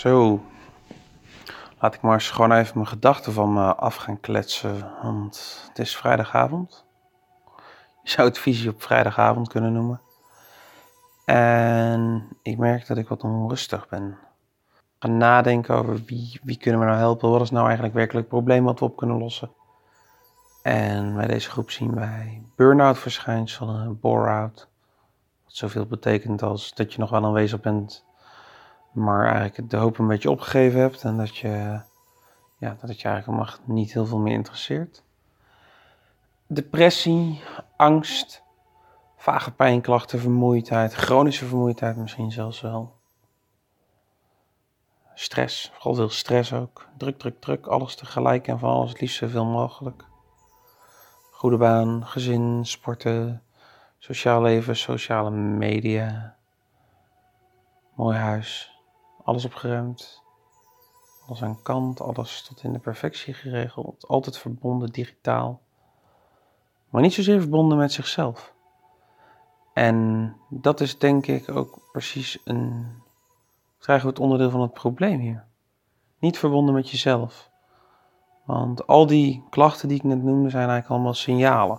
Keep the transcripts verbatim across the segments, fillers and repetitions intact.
Zo, laat ik maar eens gewoon even mijn gedachten van me af gaan kletsen, want het is vrijdagavond. Je zou het visie op vrijdagavond kunnen noemen. En ik merk dat ik wat onrustig ben. Ik ga nadenken over wie, wie kunnen we nou helpen, wat is nou eigenlijk werkelijk het probleem wat we op kunnen lossen. En bij deze groep zien wij burn-out verschijnselen, bore-out. Wat zoveel betekent als dat je nog wel aanwezig bent, maar eigenlijk de hoop een beetje opgegeven hebt en dat je... Ja, dat het je eigenlijk mag niet heel veel meer interesseert. Depressie, angst, vage pijnklachten, vermoeidheid, chronische vermoeidheid misschien zelfs wel. Stress, vooral veel stress ook. Druk, druk, druk, alles tegelijk en van alles het liefst zoveel mogelijk. Goede baan, gezin, sporten, sociaal leven, sociale media. Mooi huis, alles opgeruimd. Alles aan kant, alles tot in de perfectie geregeld. Altijd verbonden digitaal. Maar niet zozeer verbonden met zichzelf. En dat is denk ik ook precies een... krijgen we het onderdeel van het probleem hier. Niet verbonden met jezelf. Want al die klachten die ik net noemde zijn eigenlijk allemaal signalen.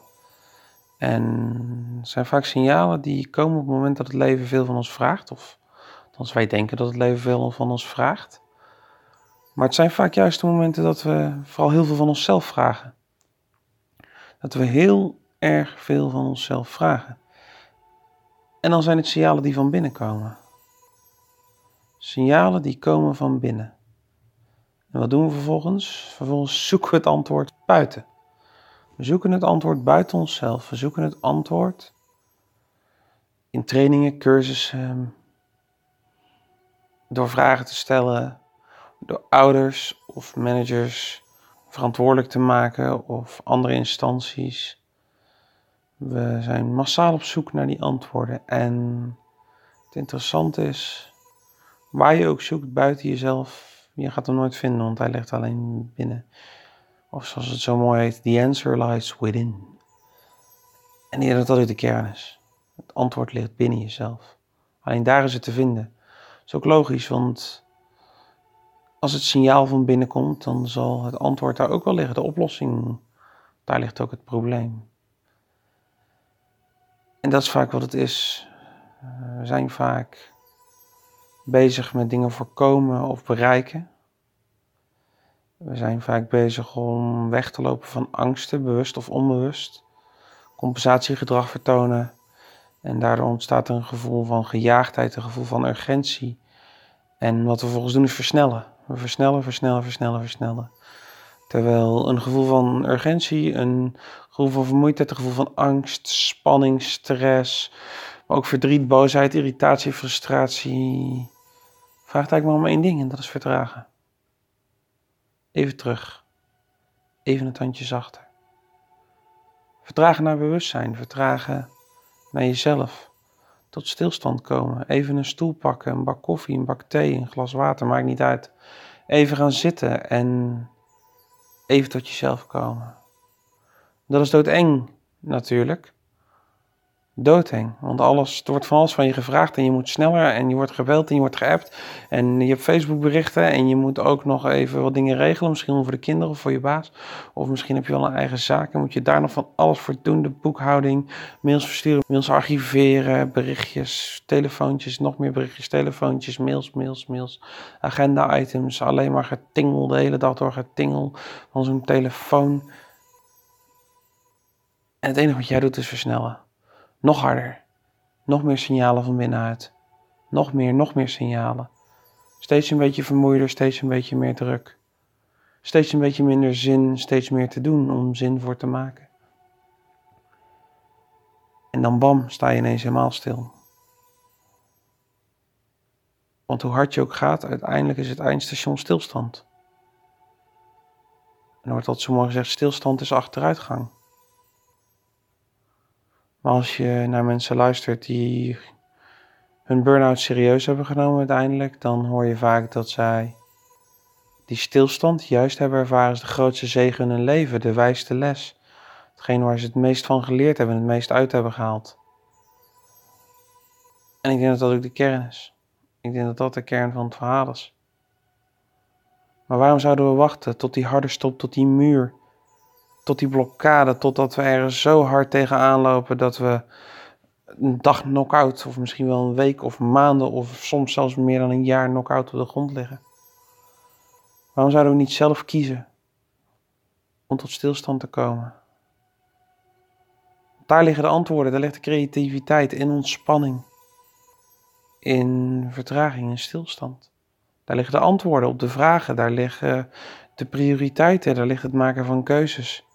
En het zijn vaak signalen die komen op het moment dat het leven veel van ons vraagt. Of althans wij denken dat het leven veel van ons vraagt. Maar het zijn vaak juist de momenten dat we vooral heel veel van onszelf vragen. Dat we heel erg veel van onszelf vragen. En dan zijn het signalen die van binnen komen. Signalen die komen van binnen. En wat doen we vervolgens? Vervolgens zoeken we het antwoord buiten. We zoeken het antwoord buiten onszelf. We zoeken het antwoord in trainingen, cursussen, door vragen te stellen, door ouders of managers verantwoordelijk te maken of andere instanties. We zijn massaal op zoek naar die antwoorden. En het interessante is, waar je ook zoekt buiten jezelf, je gaat hem nooit vinden, want hij ligt alleen binnen. Of zoals het zo mooi heet, the answer lies within. En ik denk dat dat ook de kern is. Het antwoord ligt binnen jezelf. Alleen daar is het te vinden. Dat is ook logisch, want als het signaal van binnen komt, dan zal het antwoord daar ook wel liggen. De oplossing, daar ligt ook het probleem. En dat is vaak wat het is. We zijn vaak bezig met dingen voorkomen of bereiken. We zijn vaak bezig om weg te lopen van angsten, bewust of onbewust. Compensatiegedrag vertonen. En daardoor ontstaat er een gevoel van gejaagdheid, een gevoel van urgentie. En wat we vervolgens doen is versnellen. We versnellen, versnellen, versnellen, versnellen. Terwijl een gevoel van urgentie, een gevoel van vermoeidheid, een gevoel van angst, spanning, stress, maar ook verdriet, boosheid, irritatie, frustratie, vraagt eigenlijk maar om één ding en dat is vertragen. Even terug. Even een tandje zachter. Vertragen naar bewustzijn, vertragen naar jezelf. Tot stilstand komen. Even een stoel pakken, een bak koffie, een bak thee, een glas water, maakt niet uit. Even gaan zitten en even tot jezelf komen. Dat is doodeng natuurlijk. Doodeng, want alles, er wordt van alles van je gevraagd en je moet sneller en je wordt gebeld en je wordt geappt en je hebt Facebook berichten en je moet ook nog even wat dingen regelen, misschien voor de kinderen of voor je baas. Of misschien heb je wel een eigen zaak en moet je daar nog van alles voor doen, de boekhouding, mails versturen, mails archiveren, berichtjes, telefoontjes, nog meer berichtjes, telefoontjes, mails, mails, mails, agenda-items, alleen maar getingel, de hele dag door getingel van zo'n telefoon. En het enige wat jij doet is versnellen. Nog harder. Nog meer signalen van binnenuit. Nog meer, nog meer signalen. Steeds een beetje vermoeider, steeds een beetje meer druk. Steeds een beetje minder zin, steeds meer te doen om zin voor te maken. En dan bam, sta je ineens helemaal stil. Want hoe hard je ook gaat, uiteindelijk is het eindstation stilstand. En er wordt altijd zo mooi gezegd, stilstand is achteruitgang. Maar als je naar mensen luistert die hun burn-out serieus hebben genomen uiteindelijk, dan hoor je vaak dat zij die stilstand juist hebben ervaren als de grootste zegen in hun leven, de wijste les. Hetgeen waar ze het meest van geleerd hebben en het meest uit hebben gehaald. En ik denk dat dat ook de kern is. Ik denk dat dat de kern van het verhaal is. Maar waarom zouden we wachten tot die harde stop, tot die muur, tot die blokkade, totdat we ergens zo hard tegenaan lopen dat we een dag knock-out of misschien wel een week of maanden of soms zelfs meer dan een jaar knock-out op de grond liggen? Waarom zouden we niet zelf kiezen om tot stilstand te komen? Daar liggen de antwoorden, daar ligt de creativiteit in ontspanning, in vertraging, in stilstand. Daar liggen de antwoorden op de vragen, daar liggen de prioriteiten, daar ligt het maken van keuzes.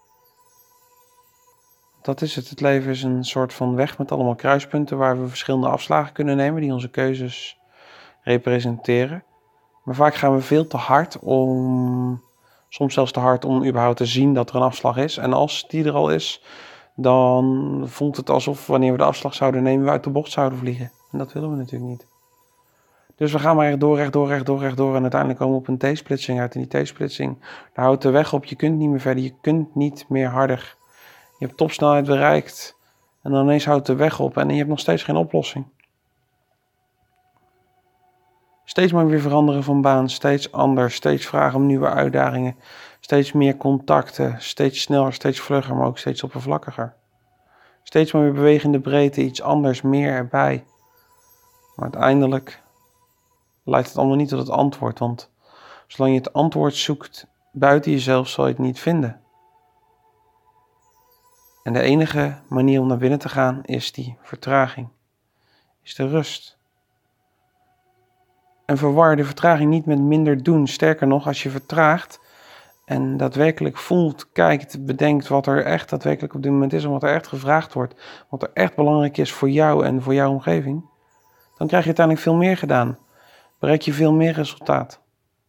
Dat is het. Het leven is een soort van weg met allemaal kruispunten waar we verschillende afslagen kunnen nemen die onze keuzes representeren. Maar vaak gaan we veel te hard om, soms zelfs te hard om überhaupt te zien dat er een afslag is. En als die er al is, dan voelt het alsof wanneer we de afslag zouden nemen, we uit de bocht zouden vliegen. En dat willen we natuurlijk niet. Dus we gaan maar rechtdoor, rechtdoor, rechtdoor, rechtdoor en uiteindelijk komen we op een T-splitsing uit. En die T-splitsing, daar houdt de weg op. Je kunt niet meer verder, je kunt niet meer harder. Je hebt topsnelheid bereikt en dan ineens houdt de weg op en je hebt nog steeds geen oplossing. Steeds maar weer veranderen van baan, steeds anders, steeds vragen om nieuwe uitdagingen, steeds meer contacten, steeds sneller, steeds vlugger, maar ook steeds oppervlakkiger. Steeds maar weer bewegen in de breedte, iets anders, meer erbij. Maar uiteindelijk leidt het allemaal niet tot het antwoord, want zolang je het antwoord zoekt buiten jezelf, zal je het niet vinden. En de enige manier om naar binnen te gaan is die vertraging, is de rust. En verwar de vertraging niet met minder doen. Sterker nog, als je vertraagt en daadwerkelijk voelt, kijkt, bedenkt wat er echt daadwerkelijk op dit moment is en wat er echt gevraagd wordt, wat er echt belangrijk is voor jou en voor jouw omgeving, dan krijg je uiteindelijk veel meer gedaan. Bereik je veel meer resultaat.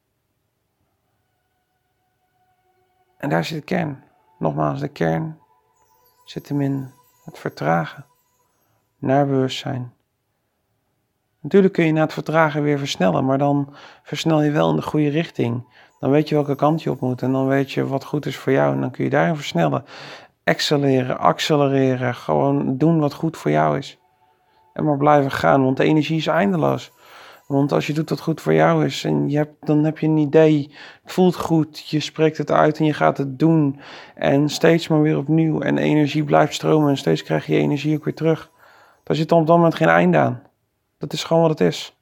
En daar zit de kern. Nogmaals, de kern zit hem in het vertragen naar bewustzijn. Natuurlijk kun je na het vertragen weer versnellen, maar dan versnel je wel in de goede richting. Dan weet je welke kant je op moet en dan weet je wat goed is voor jou en dan kun je daarin versnellen. Accelereren, accelereren, gewoon doen wat goed voor jou is. En maar blijven gaan, want de energie is eindeloos. Want als je doet wat goed voor jou is en je hebt, dan heb je een idee, het voelt goed, je spreekt het uit en je gaat het doen. En steeds maar weer opnieuw en energie blijft stromen en steeds krijg je energie ook weer terug. Daar zit dan op dat moment geen einde aan. Dat is gewoon wat het is.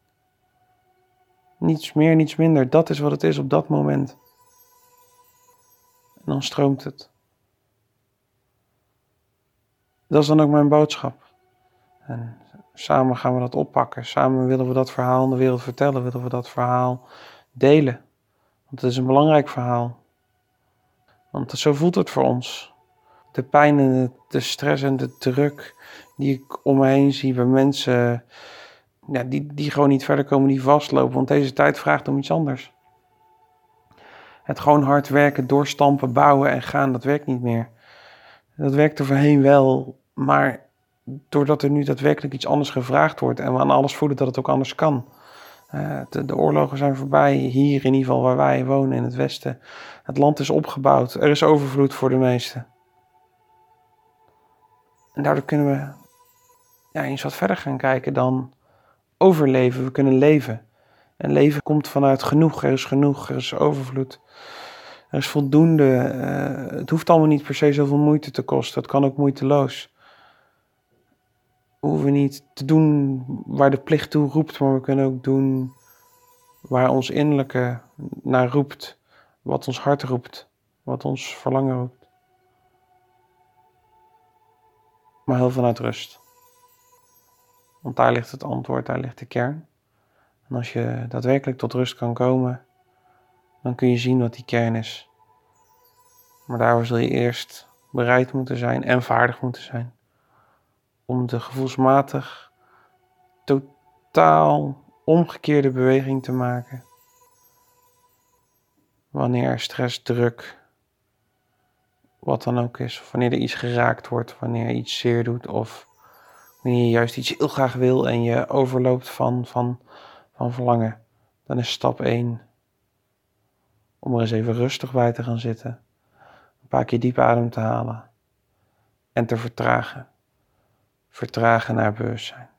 Niets meer, niets minder. Dat is wat het is op dat moment. En dan stroomt het. Dat is dan ook mijn boodschap. En samen gaan we dat oppakken. Samen willen we dat verhaal aan de wereld vertellen. Willen we dat verhaal delen. Want het is een belangrijk verhaal. Want zo voelt het voor ons. De pijn en de, de stress en de druk die ik om me heen zie bij mensen, ja, die, die gewoon niet verder komen, die vastlopen. Want deze tijd vraagt om iets anders. Het gewoon hard werken, doorstampen, bouwen en gaan, dat werkt niet meer. Dat werkte voorheen wel, maar doordat er nu daadwerkelijk iets anders gevraagd wordt en we aan alles voelen dat het ook anders kan. Uh, de, de oorlogen zijn voorbij, hier in ieder geval waar wij wonen in het westen. Het land is opgebouwd, er is overvloed voor de meesten. En daardoor kunnen we ja, eens wat verder gaan kijken dan overleven. We kunnen leven. En leven komt vanuit genoeg, er is genoeg, er is overvloed. Er is voldoende. Uh, het hoeft allemaal niet per se zoveel moeite te kosten. Het kan ook moeiteloos. We hoeven niet te doen waar de plicht toe roept, maar we kunnen ook doen waar ons innerlijke naar roept. Wat ons hart roept. Wat ons verlangen roept. Maar heel vanuit rust. Want daar ligt het antwoord, daar ligt de kern. En als je daadwerkelijk tot rust kan komen, dan kun je zien wat die kern is. Maar daarvoor zul je eerst bereid moeten zijn en vaardig moeten zijn. Om de gevoelsmatig totaal omgekeerde beweging te maken. Wanneer er stress, druk, wat dan ook is. Of wanneer er iets geraakt wordt, wanneer je iets zeer doet. Of wanneer je juist iets heel graag wil en je overloopt van, van, van verlangen. Dan is stap één om er eens even rustig bij te gaan zitten. Een paar keer diep adem te halen. En te vertragen. Vertragen naar bewustzijn.